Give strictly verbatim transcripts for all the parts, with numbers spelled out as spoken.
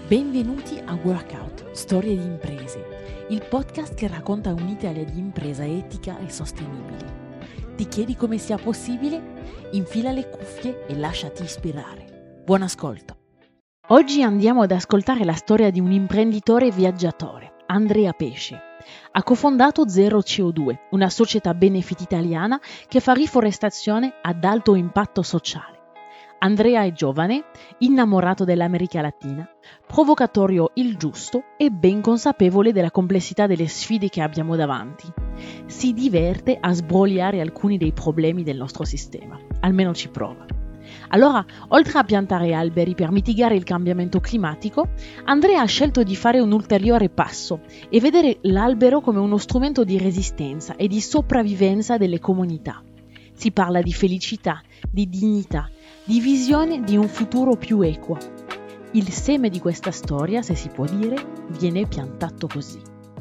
Benvenuti a Workout, Storie di imprese, il podcast che racconta un'Italia di impresa etica e sostenibile. Ti chiedi come sia possibile? Infila le cuffie e lasciati ispirare. Buon ascolto! Oggi andiamo ad ascoltare la storia di un imprenditore viaggiatore, Andrea Pesce. Ha cofondato Zero C O due, una società benefit italiana che fa riforestazione ad alto impatto sociale. Andrea è giovane, innamorato dell'America Latina, provocatorio il giusto e ben consapevole della complessità delle sfide che abbiamo davanti. Si diverte a sbrogliare alcuni dei problemi del nostro sistema, almeno ci prova. Allora, oltre a piantare alberi per mitigare il cambiamento climatico, Andrea ha scelto di fare un ulteriore passo e vedere l'albero come uno strumento di resistenza e di sopravvivenza delle comunità. Si parla di felicità, di dignità, di visione di un futuro più equo. Il seme di questa storia, se si può dire, viene piantato così.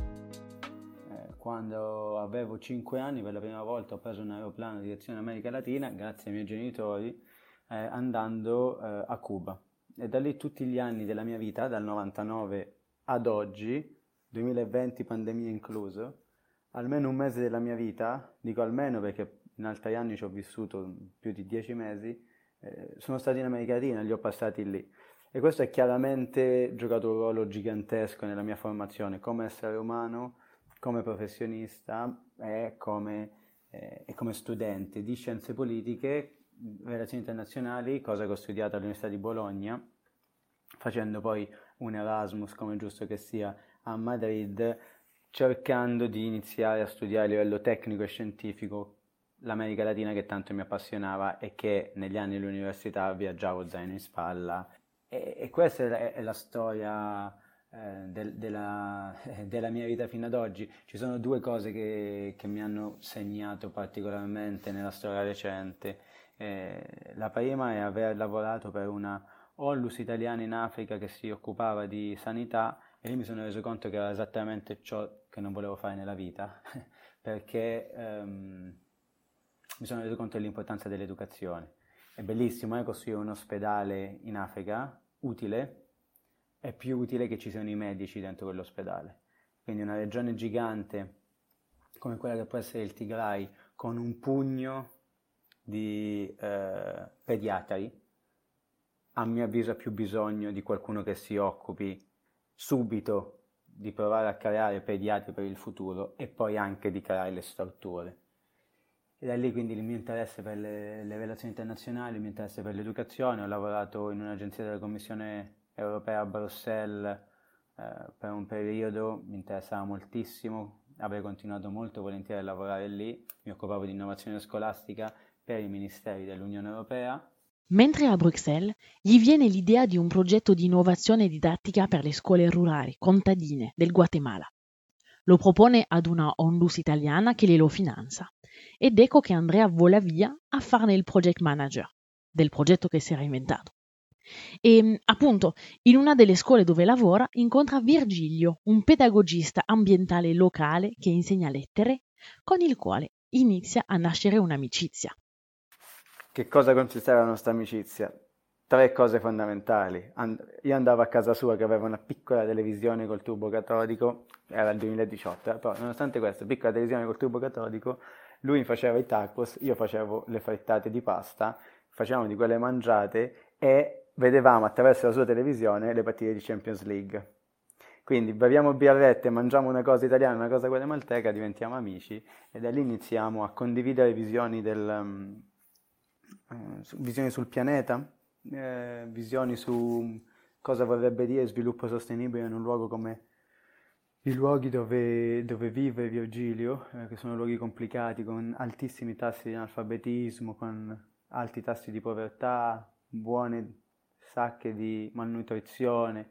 Quando avevo cinque anni, per la prima volta ho preso un aeroplano in direzione America Latina, grazie ai miei genitori, eh, andando eh, a Cuba. E da lì tutti gli anni della mia vita, dal novantanove ad oggi, duemilaventi pandemia incluso, almeno un mese della mia vita, dico almeno perché in altri anni ci ho vissuto più di dieci mesi, eh, sono stati in America Latina, li ho passati lì. E questo ha chiaramente giocato un ruolo gigantesco nella mia formazione come essere umano, come professionista e come, eh, e come studente di scienze politiche, relazioni internazionali, cosa che ho studiato all'Università di Bologna, facendo poi un Erasmus, come giusto che sia, a Madrid, cercando di iniziare a studiare a livello tecnico e scientifico l'America Latina che tanto mi appassionava e che negli anni dell'università viaggiavo zaino in spalla. E, e questa è la, è la storia eh, del, della, eh, della mia vita fino ad oggi. Ci sono due cose che, che mi hanno segnato particolarmente nella storia recente. Eh, la prima è aver lavorato per una Onlus italiana in Africa che si occupava di sanità e lì mi sono reso conto che era esattamente ciò che non volevo fare nella vita, perché ehm, mi sono reso conto dell'importanza dell'educazione. È bellissimo eh, costruire un ospedale in Africa, utile, è più utile che ci siano i medici dentro quell'ospedale. Quindi una regione gigante come quella che può essere il Tigray, con un pugno di eh, pediatri, a mio avviso ha più bisogno di qualcuno che si occupi subito di provare a creare pediatri per il futuro e poi anche di creare le strutture. E da lì quindi il mio interesse per le, le relazioni internazionali, il mio interesse per l'educazione. Ho lavorato in un'agenzia della Commissione Europea a Bruxelles eh, per un periodo, mi interessava moltissimo, avrei continuato molto volentieri a lavorare lì, mi occupavo di innovazione scolastica per i ministeri dell'Unione Europea. Mentre a Bruxelles gli viene l'idea di un progetto di innovazione didattica per le scuole rurali contadine del Guatemala. Lo propone ad una Onlus italiana che glielo finanzia ed ecco che Andrea vola via a farne il project manager del progetto che si era inventato. E appunto in una delle scuole dove lavora incontra Virgilio, un pedagogista ambientale locale che insegna lettere, con il quale inizia a nascere un'amicizia. Che cosa consisteva la nostra amicizia? Tre cose fondamentali. And- io andavo a casa sua che aveva una piccola televisione col tubo catodico, era il duemiladiciotto, eh, però nonostante questo, piccola televisione col tubo catodico, lui mi faceva i tacos, io facevo le frittate di pasta, facevamo di quelle mangiate e vedevamo attraverso la sua televisione le partite di Champions League. Quindi beviamo birrette, mangiamo una cosa italiana, una cosa guatemalteca, diventiamo amici e da lì iniziamo a condividere visioni, del, um, uh, visioni sul pianeta, eh, visioni su cosa vorrebbe dire sviluppo sostenibile in un luogo come i luoghi dove, dove vive Virgilio, eh, che sono luoghi complicati, con altissimi tassi di analfabetismo, con alti tassi di povertà, buone sacche di malnutrizione.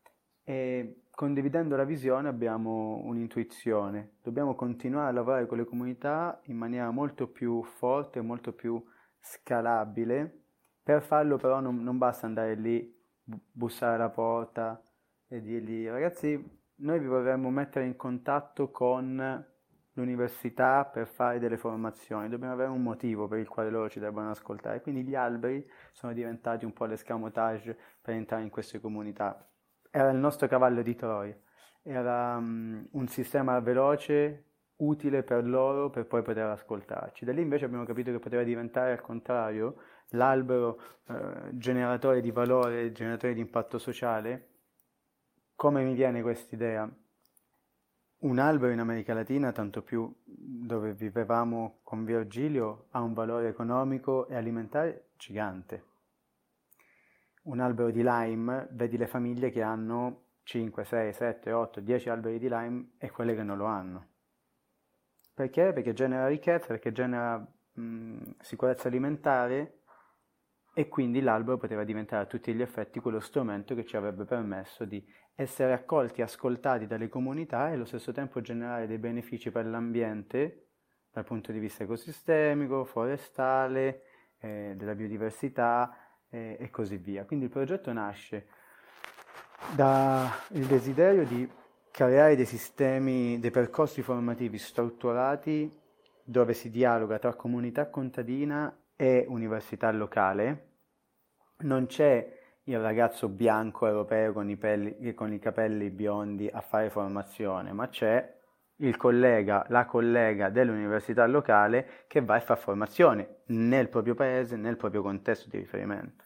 E condividendo la visione abbiamo un'intuizione. Dobbiamo continuare a lavorare con le comunità in maniera molto più forte, molto più scalabile. Per farlo però non, non basta andare lì, bussare alla porta e dirgli ragazzi, noi vi vorremmo mettere in contatto con l'università per fare delle formazioni, dobbiamo avere un motivo per il quale loro ci debbano ascoltare, quindi gli alberi sono diventati un po' l'escamotage per entrare in queste comunità. era il nostro cavallo di Troia, era um, un sistema veloce, utile per loro per poi poter ascoltarci. Da lì invece abbiamo capito che poteva diventare al contrario l'albero eh, generatore di valore, generatore di impatto sociale. Come mi viene questa idea? Un albero in America Latina, tanto più dove vivevamo con Virgilio, ha un valore economico e alimentare gigante. Un albero di lime, vedi le famiglie che hanno cinque, sei, sette, otto, dieci alberi di lime e quelle che non lo hanno. Perché? Perché genera ricchezza, perché genera mh, sicurezza alimentare e quindi l'albero poteva diventare a tutti gli effetti quello strumento che ci avrebbe permesso di essere accolti, ascoltati dalle comunità e allo stesso tempo generare dei benefici per l'ambiente dal punto di vista ecosistemico, forestale, eh, della biodiversità eh, e così via. Quindi il progetto nasce dal desiderio di creare dei sistemi, dei percorsi formativi strutturati dove si dialoga tra comunità contadina e università locale. Non c'è il ragazzo bianco europeo con i, pelli, con i capelli biondi a fare formazione, ma c'è il collega, la collega dell'università locale che va e fa formazione nel proprio paese, nel proprio contesto di riferimento.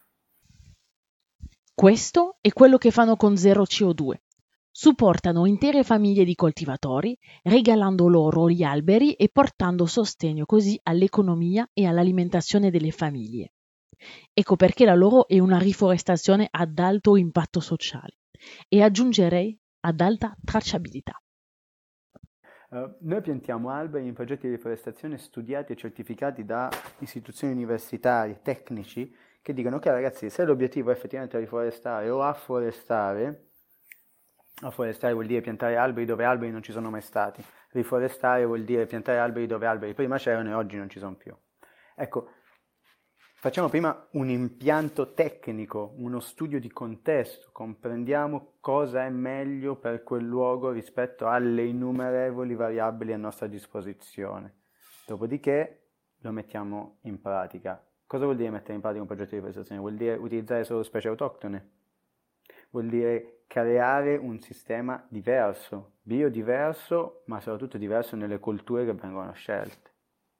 Questo è quello che fanno con Zero C O due. Supportano intere famiglie di coltivatori, regalando loro gli alberi e portando sostegno così all'economia e all'alimentazione delle famiglie. Ecco perché la loro è una riforestazione ad alto impatto sociale e aggiungerei ad alta tracciabilità. Uh, noi piantiamo alberi in progetti di riforestazione studiati e certificati da istituzioni universitarie, tecnici, che dicono ok ragazzi, se l'obiettivo è effettivamente riforestare o afforestare, afforestare vuol dire piantare alberi dove alberi non ci sono mai stati, riforestare vuol dire piantare alberi dove alberi prima c'erano e oggi non ci sono più. Ecco, facciamo prima un impianto tecnico, uno studio di contesto, comprendiamo cosa è meglio per quel luogo rispetto alle innumerevoli variabili a nostra disposizione. Dopodiché lo mettiamo in pratica. Cosa vuol dire mettere in pratica un progetto di riforestazione? Vuol dire utilizzare solo specie autoctone? Vuol dire creare un sistema diverso, biodiverso, ma soprattutto diverso nelle colture che vengono scelte.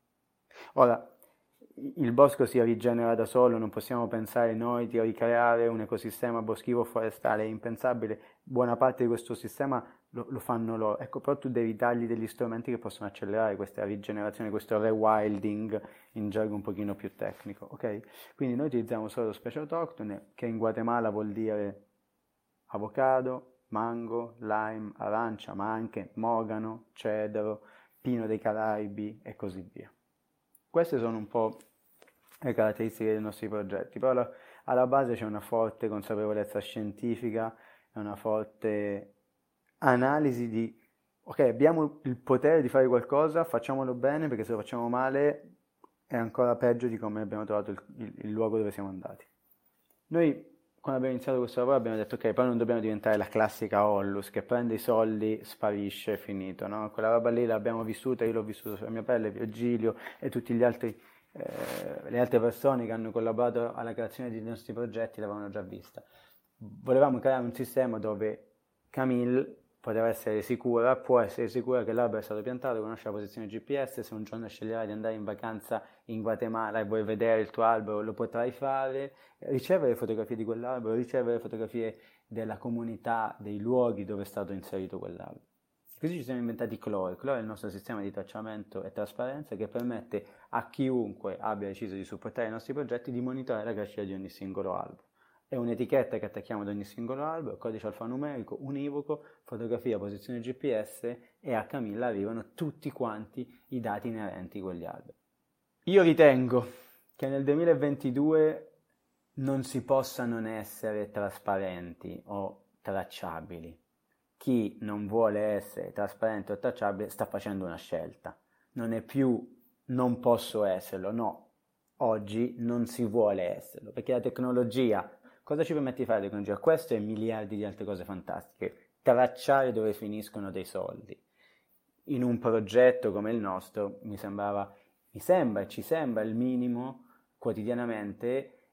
Ora, il bosco si rigenera da solo, non possiamo pensare noi di ricreare un ecosistema boschivo forestale, è impensabile, buona parte di questo sistema lo, lo fanno loro. Ecco, però tu devi dargli degli strumenti che possono accelerare questa rigenerazione, questo rewilding in gergo un pochino più tecnico, ok? Quindi noi utilizziamo solo specie autoctone, che in Guatemala vuol dire avocado, mango, lime, arancia, ma anche mogano, cedro, pino dei Caraibi e così via. Queste sono un po' le caratteristiche dei nostri progetti, però alla, alla base c'è una forte consapevolezza scientifica e una forte analisi di ok, abbiamo il potere di fare qualcosa, facciamolo bene, perché se lo facciamo male è ancora peggio di come abbiamo trovato il, il, il luogo dove siamo andati. Noi quando abbiamo iniziato questo lavoro abbiamo detto ok, poi non dobbiamo diventare la classica Onlus che prende i soldi, sparisce, è finito, no? Quella roba lì l'abbiamo vissuta, io l'ho vissuta sulla mia pelle, Virgilio e tutti gli altri, eh, le altre persone che hanno collaborato alla creazione dei nostri progetti l'avevano già vista. Volevamo creare un sistema dove Camille poteva essere sicura, può essere sicura che l'albero è stato piantato, conosce la posizione G P S, se un giorno sceglierai di andare in vacanza in Guatemala e vuoi vedere il tuo albero, lo potrai fare, ricevere fotografie di quell'albero, ricevere fotografie della comunità, dei luoghi dove è stato inserito quell'albero. Così ci siamo inventati Clore. Clore è il nostro sistema di tracciamento e trasparenza che permette a chiunque abbia deciso di supportare i nostri progetti di monitorare la crescita di ogni singolo albero. È un'etichetta che attacchiamo ad ogni singolo albero, codice alfanumerico, univoco, fotografia, posizione G P S e a Camilla arrivano tutti quanti i dati inerenti a quegli alberi. Io ritengo che nel duemilaventidue non si possa non essere trasparenti o tracciabili. Chi non vuole essere trasparente o tracciabile sta facendo una scelta. Non è più non posso esserlo, no. Oggi non si vuole esserlo, perché la tecnologia... Cosa ci permette di fare la tecnologia? Questo e miliardi di altre cose fantastiche. Tracciare dove finiscono dei soldi. In un progetto come il nostro mi sembrava, mi sembra, ci sembra il minimo quotidianamente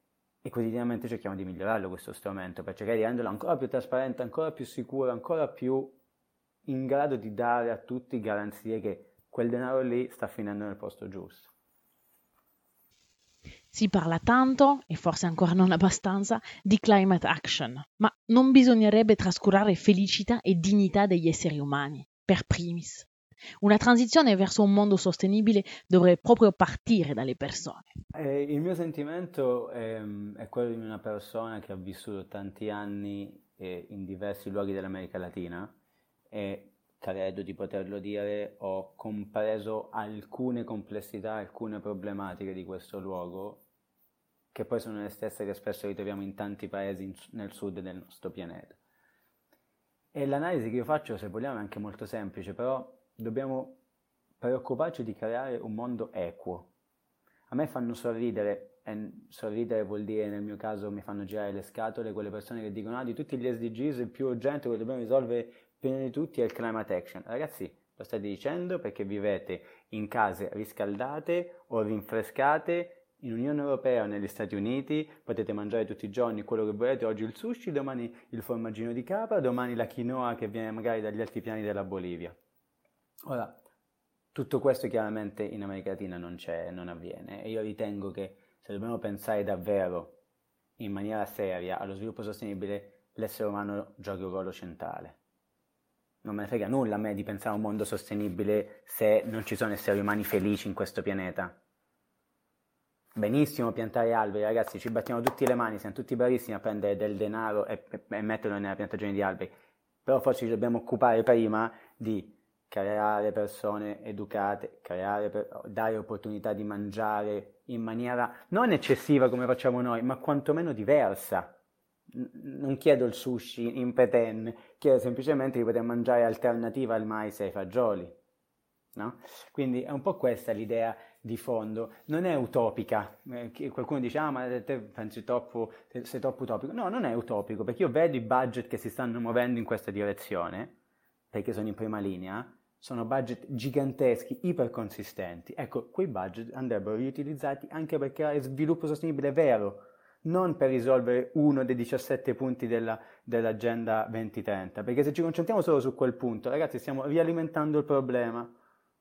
e quotidianamente cerchiamo di migliorarlo questo strumento per cercare di renderlo ancora più trasparente, ancora più sicuro, ancora più in grado di dare a tutti garanzie che quel denaro lì sta finendo nel posto giusto. Si parla tanto, e forse ancora non abbastanza, di climate action, ma non bisognerebbe trascurare felicità e dignità degli esseri umani, per primis. Una transizione verso un mondo sostenibile dovrebbe proprio partire dalle persone. Eh, il mio sentimento è, è quello di una persona che ha vissuto tanti anni eh, in diversi luoghi dell'America Latina e credo di poterlo dire, ho compreso alcune complessità, alcune problematiche di questo luogo che poi sono le stesse che spesso ritroviamo in tanti paesi in, nel sud del nostro pianeta. E l'analisi che io faccio, se vogliamo, è anche molto semplice, però dobbiamo preoccuparci di creare un mondo equo. A me fanno sorridere, e sorridere vuol dire, nel mio caso, mi fanno girare le scatole quelle persone che dicono ah, di tutti gli S D Gs il più urgente che dobbiamo risolvere prima di tutti è il climate action. Ragazzi, lo state dicendo perché vivete in case riscaldate o rinfrescate in Unione Europea o negli Stati Uniti, potete mangiare tutti i giorni quello che volete, oggi il sushi, domani il formaggino di capra, domani la quinoa che viene magari dagli altipiani della Bolivia. Ora, tutto questo chiaramente in America Latina non c'è, non avviene e io ritengo che se dobbiamo pensare davvero in maniera seria allo sviluppo sostenibile, l'essere umano giochi un ruolo centrale. Non me ne frega nulla a me di pensare a un mondo sostenibile se non ci sono esseri umani felici in questo pianeta. Benissimo piantare alberi, ragazzi, ci battiamo tutti le mani, siamo tutti bravissimi a prendere del denaro e, e, e metterlo nella piantagione di alberi, però forse ci dobbiamo occupare prima di creare persone educate, creare per, dare opportunità di mangiare in maniera non eccessiva come facciamo noi, ma quantomeno diversa. Non chiedo il sushi in pretenne, chiedo semplicemente di poter mangiare alternativa al mais e ai fagioli, no? Quindi è un po' questa l'idea di fondo, non è utopica, eh, qualcuno dice ah ma te pensi troppo, sei troppo utopico, no, non è utopico, perché io vedo i budget che si stanno muovendo in questa direzione, perché sono in prima linea, sono budget giganteschi, iperconsistenti, ecco, quei budget andrebbero riutilizzati anche per creare sviluppo sostenibile vero, non per risolvere uno dei diciassette punti della, dell'agenda duemilatrenta, perché se ci concentriamo solo su quel punto, ragazzi, stiamo rialimentando il problema.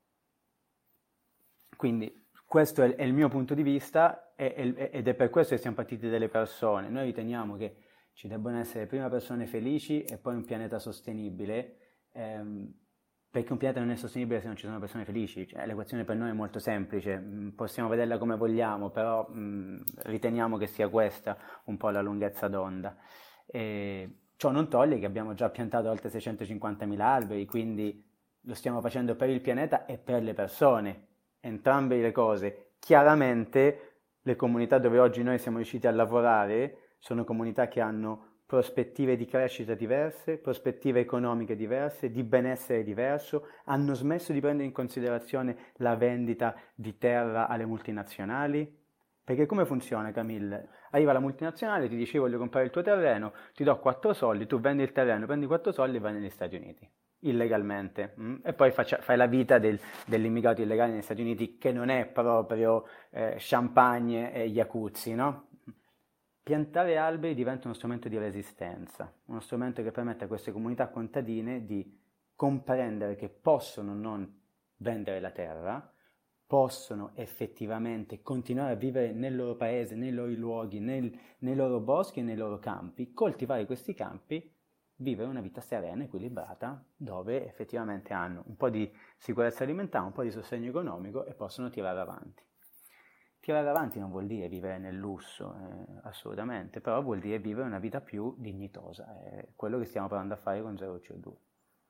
Quindi questo è, è il mio punto di vista e, e, ed è per questo che siamo partiti dalle persone. Noi riteniamo che ci debbano essere prima persone felici e poi un pianeta sostenibile, ehm, perché un pianeta non è sostenibile se non ci sono persone felici. Cioè, l'equazione per noi è molto semplice, possiamo vederla come vogliamo, però mh, riteniamo che sia questa un po' la lunghezza d'onda. E ciò non toglie che abbiamo già piantato oltre seicentocinquantamila alberi, quindi lo stiamo facendo per il pianeta e per le persone. Entrambe le cose. Chiaramente le comunità dove oggi noi siamo riusciti a lavorare sono comunità che hanno prospettive di crescita diverse, prospettive economiche diverse, di benessere diverso, hanno smesso di prendere in considerazione la vendita di terra alle multinazionali. Perché come funziona, Camille? Arriva la multinazionale, ti dice voglio comprare il tuo terreno, ti do quattro soldi, tu vendi il terreno, prendi quattro soldi e vai negli Stati Uniti. Illegalmente, mm? E poi faccia, fai la vita del, dell'immigrato illegale negli Stati Uniti, che non è proprio eh, champagne e jacuzzi, no? Piantare alberi diventa uno strumento di resistenza, uno strumento che permette a queste comunità contadine di comprendere che possono non vendere la terra, possono effettivamente continuare a vivere nel loro paese, nei loro luoghi, nel, nei loro boschi e nei loro campi, coltivare questi campi, vivere una vita serena, equilibrata, dove effettivamente hanno un po' di sicurezza alimentare, un po' di sostegno economico e possono tirare avanti. Tirare avanti non vuol dire vivere nel lusso, eh, assolutamente, però vuol dire vivere una vita più dignitosa, è quello che stiamo provando a fare con Zero C O due.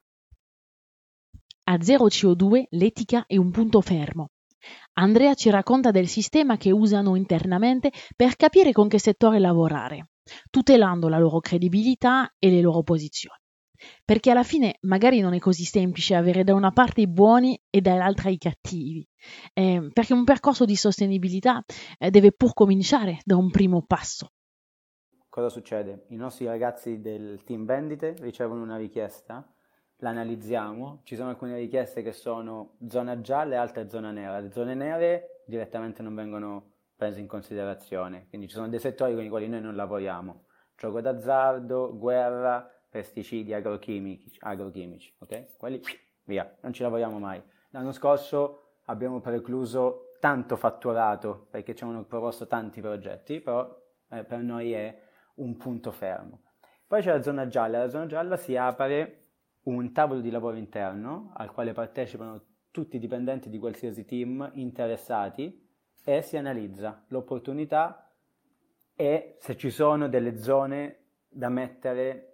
A Zero C O due l'etica è un punto fermo. Andrea ci racconta del sistema che usano internamente per capire con che settore lavorare, tutelando la loro credibilità e le loro posizioni. Perché alla fine magari non è così semplice avere da una parte i buoni e dall'altra i cattivi, eh, perché un percorso di sostenibilità eh, deve pur cominciare da un primo passo. Cosa succede? I nostri ragazzi del team vendite ricevono una richiesta, la analizziamo, ci sono alcune richieste che sono zona gialla e altre zona nera. Le zone nere direttamente non vengono prese in considerazione. Quindi ci sono dei settori con i quali noi non lavoriamo: gioco d'azzardo, guerra, pesticidi, agrochimici, agrochimici, ok? Quelli, via, non ci lavoriamo mai. L'anno scorso abbiamo precluso tanto fatturato perché ci hanno proposto tanti progetti, però eh, per noi è un punto fermo. Poi c'è la zona gialla. La zona gialla si apre un tavolo di lavoro interno al quale partecipano tutti i dipendenti di qualsiasi team interessati e si analizza l'opportunità e se ci sono delle zone da mettere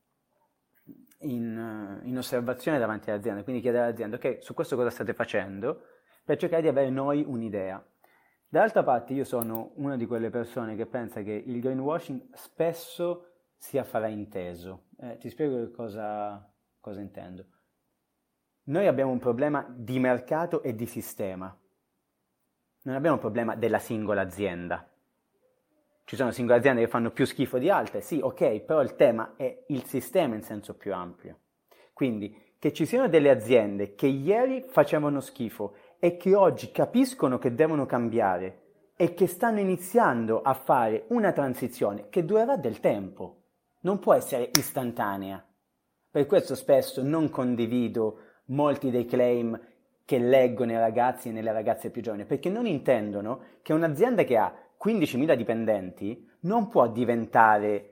in, in osservazione davanti all'azienda, quindi chiedere all'azienda: ok, su questo cosa state facendo, per cercare di avere noi un'idea. Dall'altra parte io sono una di quelle persone che pensa che il greenwashing spesso sia frainteso. Eh, ti spiego cosa, cosa intendo. Noi abbiamo un problema di mercato e di sistema. Non abbiamo un problema della singola azienda. Ci sono singole aziende che fanno più schifo di altre, sì, ok, però il tema è il sistema in senso più ampio. Quindi che ci siano delle aziende che ieri facevano schifo e che oggi capiscono che devono cambiare e che stanno iniziando a fare una transizione che durerà del tempo, non può essere istantanea. Per questo spesso non condivido molti dei claim che leggo nei ragazzi e nelle ragazze più giovani, perché non intendono che un'azienda che ha quindicimila dipendenti non può diventare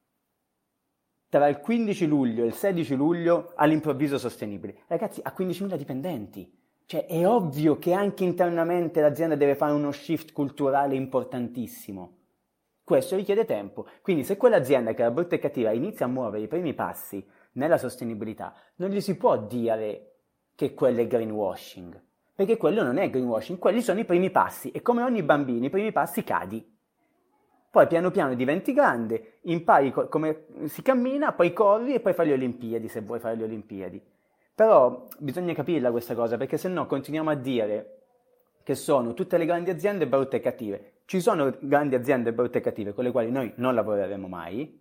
tra il quindici luglio e il sedici luglio all'improvviso sostenibile. Ragazzi, ha quindicimila dipendenti. Cioè, è ovvio che anche internamente l'azienda deve fare uno shift culturale importantissimo. Questo richiede tempo. Quindi se quell'azienda che era brutta e cattiva inizia a muovere i primi passi nella sostenibilità, non gli si può dire che quello è greenwashing, perché quello non è greenwashing, quelli sono i primi passi e come ogni bambino i primi passi cadi. Poi piano piano diventi grande, impari co- come si cammina, poi corri e poi fai le Olimpiadi se vuoi fare le Olimpiadi. Però bisogna capirla questa cosa, perché se no continuiamo a dire che sono tutte le grandi aziende brutte e cattive. Ci sono grandi aziende brutte e cattive con le quali noi non lavoreremo mai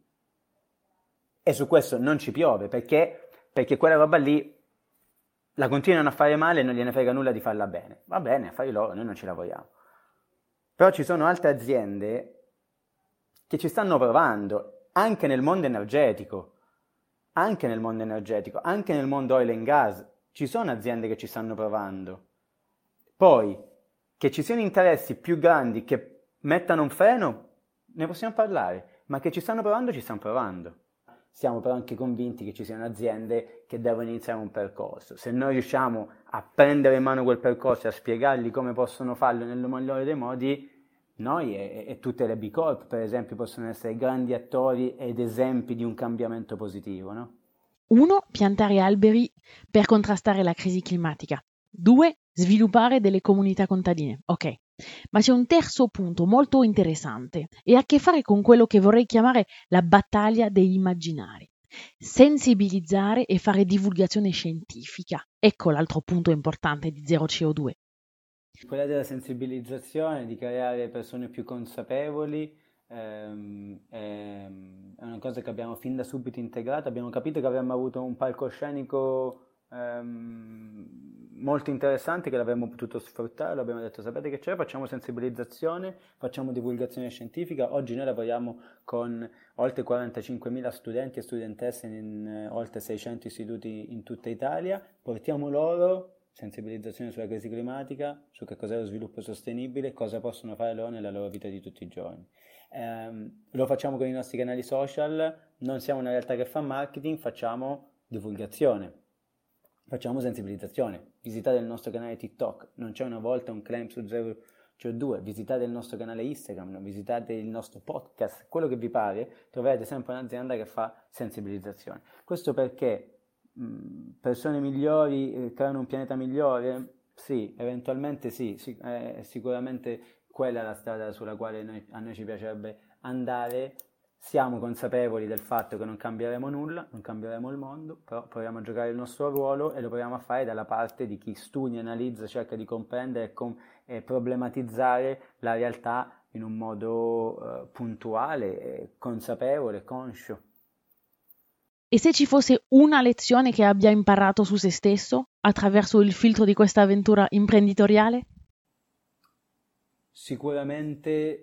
e su questo non ci piove, perché, perché quella roba lì la continuano a fare male e non gliene frega nulla di farla bene. Va bene, affari loro, noi non ci lavoriamo. Però ci sono altre aziende che ci stanno provando, anche nel mondo energetico, anche nel mondo energetico, anche nel mondo oil and gas, ci sono aziende che ci stanno provando. Poi, che ci siano interessi più grandi che mettano un freno, ne possiamo parlare, ma che ci stanno provando, ci stanno provando. Siamo però anche convinti che ci siano aziende che devono iniziare un percorso. Se noi riusciamo a prendere in mano quel percorso e a spiegargli come possono farlo nel migliore dei modi, noi e, e tutte le B Corp, per esempio, possono essere grandi attori ed esempi di un cambiamento positivo, no? Uno, piantare alberi per contrastare la crisi climatica. Due, sviluppare delle comunità contadine. Ok, ma c'è un terzo punto molto interessante e ha a che fare con quello che vorrei chiamare la battaglia degli immaginari. Sensibilizzare e fare divulgazione scientifica. Ecco l'altro punto importante di Zero C O due. Quella della sensibilizzazione, di creare persone più consapevoli, ehm, è, è una cosa che abbiamo fin da subito integrato. Abbiamo capito che avremmo avuto un palcoscenico ehm, molto interessante, che l'avremmo potuto sfruttare. L'abbiamo detto: sapete che c'è? Facciamo sensibilizzazione, facciamo divulgazione scientifica. Oggi noi lavoriamo con oltre quarantacinquemila studenti e studentesse in eh, oltre seicento istituti in tutta Italia. Portiamo loro sensibilizzazione sulla crisi climatica, su che cos'è lo sviluppo sostenibile, cosa possono fare loro nella loro vita di tutti i giorni. Eh, lo facciamo con i nostri canali social, non siamo una realtà che fa marketing, facciamo divulgazione, facciamo sensibilizzazione. Visitate il nostro canale TikTok, non c'è una volta un claim su Zero C O due, visitate il nostro canale Instagram, visitate il nostro podcast, quello che vi pare, troverete sempre un'azienda che fa sensibilizzazione. Questo perché persone migliori eh, creano un pianeta migliore? Sì, eventualmente sì, sì eh, sicuramente quella è la strada sulla quale noi, a noi ci piacerebbe andare. Siamo consapevoli del fatto che non cambieremo nulla, non cambieremo il mondo, però proviamo a giocare il nostro ruolo e lo proviamo a fare dalla parte di chi studia, analizza, cerca di comprendere e, com- e problematizzare la realtà in un modo eh, puntuale, consapevole, conscio. E se ci fosse una lezione che abbia imparato su se stesso attraverso il filtro di questa avventura imprenditoriale? sicuramente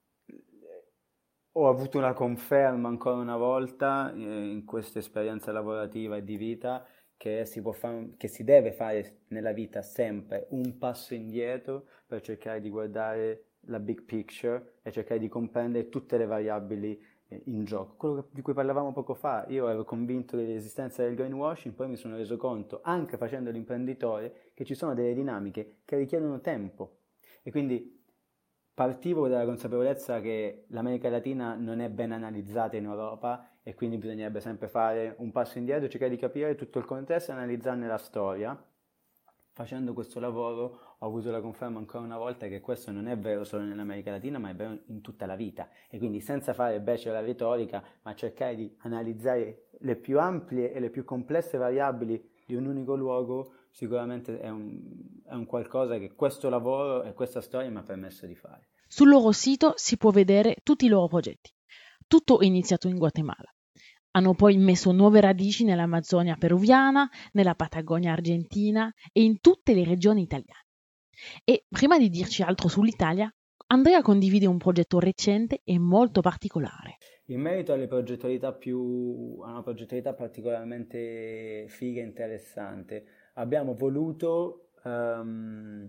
ho avuto una conferma ancora una volta eh, in questa esperienza lavorativa e di vita che si può fare, che si deve fare nella vita sempre un passo indietro per cercare di guardare la big picture e cercare di comprendere tutte le variabili eh, in gioco. Quello di cui parlavamo poco fa, io ero convinto dell'esistenza del greenwashing, poi mi sono reso conto, anche facendo l'imprenditore, che ci sono delle dinamiche che richiedono tempo e quindi partivo dalla consapevolezza che l'America Latina non è ben analizzata in Europa e quindi bisognerebbe sempre fare un passo indietro, cercare di capire tutto il contesto e analizzarne la storia. Facendo questo lavoro ho avuto la conferma ancora una volta che questo non è vero solo nell'America Latina, ma è vero in tutta la vita. E quindi senza fare becera retorica, ma cercare di analizzare le più ampie e le più complesse variabili di un unico luogo, sicuramente è un, è un qualcosa che questo lavoro e questa storia mi ha permesso di fare. Sul loro sito si può vedere tutti i loro progetti. Tutto è iniziato in Guatemala. Hanno poi messo nuove radici nell'Amazzonia peruviana, nella Patagonia argentina e in tutte le regioni italiane. E prima di dirci altro sull'Italia, Andrea condivide un progetto recente e molto particolare. In merito alle progettualità più, a una progettualità particolarmente figa e interessante, abbiamo voluto um,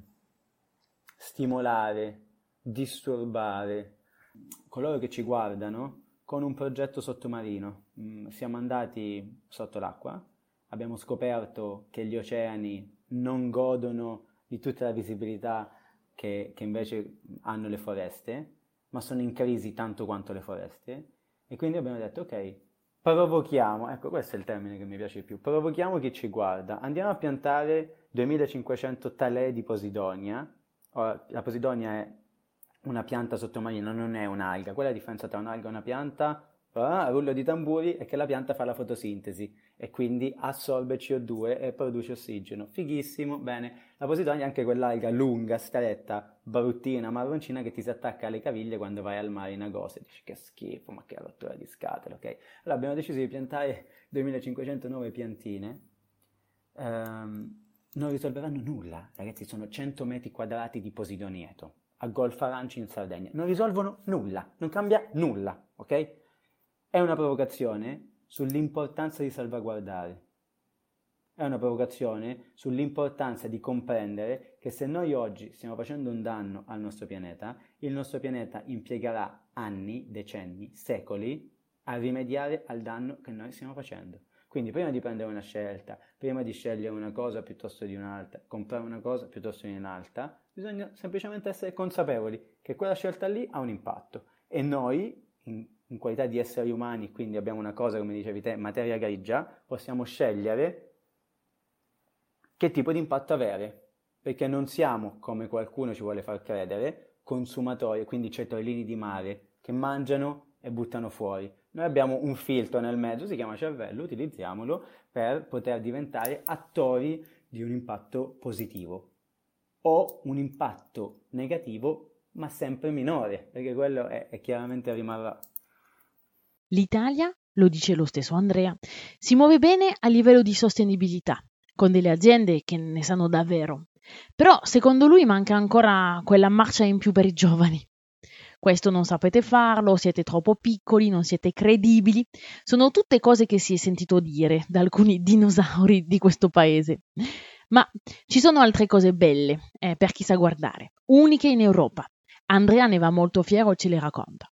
stimolare, disturbare coloro che ci guardano con un progetto sottomarino. Mm, siamo andati sotto l'acqua, abbiamo scoperto che gli oceani non godono di tutta la visibilità che, che invece hanno le foreste, ma sono in crisi tanto quanto le foreste, e quindi abbiamo detto ok, provochiamo, ecco questo è il termine che mi piace di più, provochiamo chi ci guarda, andiamo a piantare duemilacinquecento talee di Posidonia. Ora, la Posidonia è una pianta sottomarina, non è un'alga. Qual è la differenza tra un'alga e una pianta? Ah, rullo di tamburi è che la pianta fa la fotosintesi e quindi assorbe C O due e produce ossigeno. Fighissimo, bene. La Posidonia è anche quell'alga lunga, stretta, bruttina, marroncina che ti si attacca alle caviglie quando vai al mare in agosto e dici che schifo, ma che rottura di scatole, ok? Allora abbiamo deciso di piantare duemilacinquecentonove piantine. Ehm, non risolveranno nulla, ragazzi, sono cento metri quadrati di posidonieto a Golfo Aranci in Sardegna, non risolvono nulla, non cambia nulla, ok? È una provocazione sull'importanza di salvaguardare, è una provocazione sull'importanza di comprendere che se noi oggi stiamo facendo un danno al nostro pianeta, il nostro pianeta impiegherà anni, decenni, secoli a rimediare al danno che noi stiamo facendo. Quindi prima di prendere una scelta, prima di scegliere una cosa piuttosto di un'altra, comprare una cosa piuttosto di un'altra, bisogna semplicemente essere consapevoli che quella scelta lì ha un impatto e noi, in, in qualità di esseri umani, quindi abbiamo una cosa, come dicevi te, materia grigia, possiamo scegliere che tipo di impatto avere, perché non siamo, come qualcuno ci vuole far credere, consumatori, quindi cetriolini di mare che mangiano e buttano fuori. Noi abbiamo un filtro nel mezzo, si chiama cervello, utilizziamolo per poter diventare attori di un impatto positivo o un impatto negativo, ma sempre minore, perché quello è, è chiaramente rimarrà. L'Italia, lo dice lo stesso Andrea, si muove bene a livello di sostenibilità, con delle aziende che ne sanno davvero. Però, secondo lui, manca ancora quella marcia in più per i giovani. Questo non sapete farlo, siete troppo piccoli, non siete credibili. Sono tutte cose che si è sentito dire da alcuni dinosauri di questo paese. Ma ci sono altre cose belle, eh, per chi sa guardare, uniche in Europa. Andrea ne va molto fiero e ce le racconta.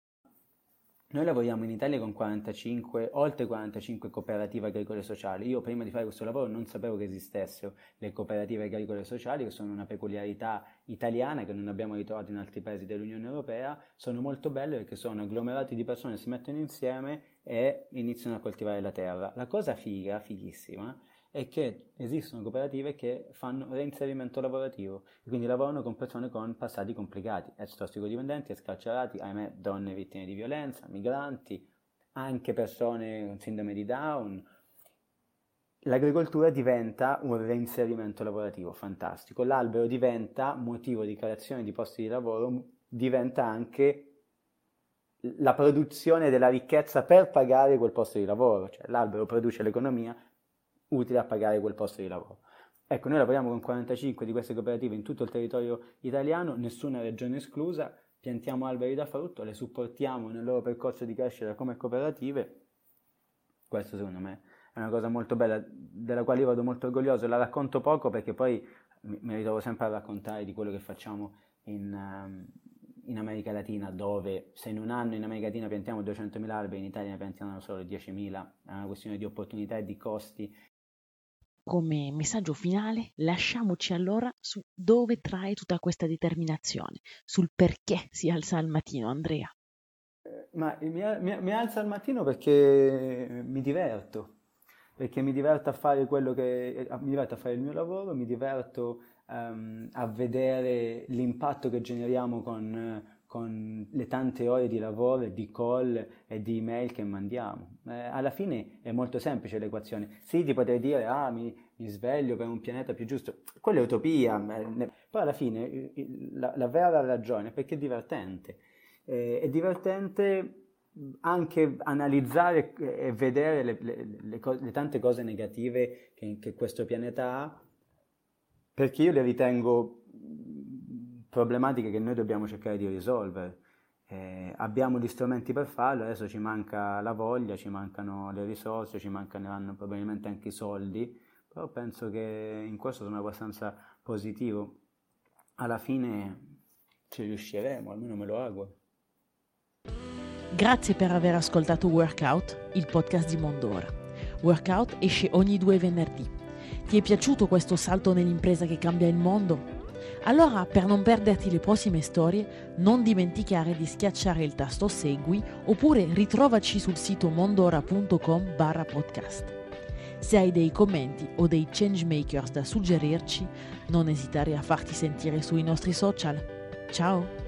Noi lavoriamo in Italia con quarantacinque, oltre quarantacinque cooperative agricole sociali. Io prima di fare questo lavoro non sapevo che esistessero le cooperative agricole sociali, che sono una peculiarità italiana che non abbiamo ritrovato in altri paesi dell'Unione Europea. Sono molto belle perché sono agglomerati di persone che si mettono insieme e iniziano a coltivare la terra. La cosa figa, fighissima, è che esistono cooperative che fanno reinserimento lavorativo e quindi lavorano con persone con passati complicati, ex tossicodipendenti, ex carcerati, ahimè donne vittime di violenza, migranti, anche persone con sindrome di Down. L'agricoltura diventa un reinserimento lavorativo fantastico, l'albero diventa motivo di creazione di posti di lavoro, diventa anche la produzione della ricchezza per pagare quel posto di lavoro, cioè l'albero produce l'economia utile a pagare quel posto di lavoro. Ecco, noi lavoriamo con quarantacinque di queste cooperative in tutto il territorio italiano, nessuna regione esclusa, piantiamo alberi da frutto, le supportiamo nel loro percorso di crescita come cooperative. Questo secondo me è una cosa molto bella, della quale io vado molto orgoglioso. La racconto poco perché poi mi, mi ritrovo sempre a raccontare di quello che facciamo in, um, in America Latina, dove se in un anno in America Latina piantiamo duecentomila alberi, in Italia ne piantiamo solo diecimila, è una questione di opportunità e di costi. Come messaggio finale, lasciamoci allora su dove trae tutta questa determinazione, sul perché si alza al mattino, Andrea. Ma mi, mi, mi alzo al mattino perché mi diverto, perché mi diverto a fare quello che, mi diverto a fare il mio lavoro, mi diverto um, a vedere l'impatto che generiamo con, con le tante ore di lavoro, e di call e di email che mandiamo. Eh, alla fine è molto semplice l'equazione. Sì, ti potrei dire, ah, mi, mi sveglio per un pianeta più giusto, quella è utopia, eh, poi alla fine la, la vera ragione è perché è divertente. Eh, è divertente anche analizzare e vedere le, le, le, co- le tante cose negative che, che questo pianeta ha, perché io le ritengo problematiche che noi dobbiamo cercare di risolvere. Eh, abbiamo gli strumenti per farlo, adesso ci manca la voglia, ci mancano le risorse, ci mancheranno probabilmente anche i soldi, però penso che in questo sono abbastanza positivo. Alla fine ci riusciremo, almeno me lo auguro. Grazie per aver ascoltato Workout, il podcast di Mondora. Workout esce ogni due venerdì. Ti è piaciuto questo salto nell'impresa che cambia il mondo? Allora, per non perderti le prossime storie, non dimenticare di schiacciare il tasto Segui oppure ritrovaci sul sito mondora punto com barra podcast. Se hai dei commenti o dei changemakers da suggerirci, non esitare a farti sentire sui nostri social. Ciao!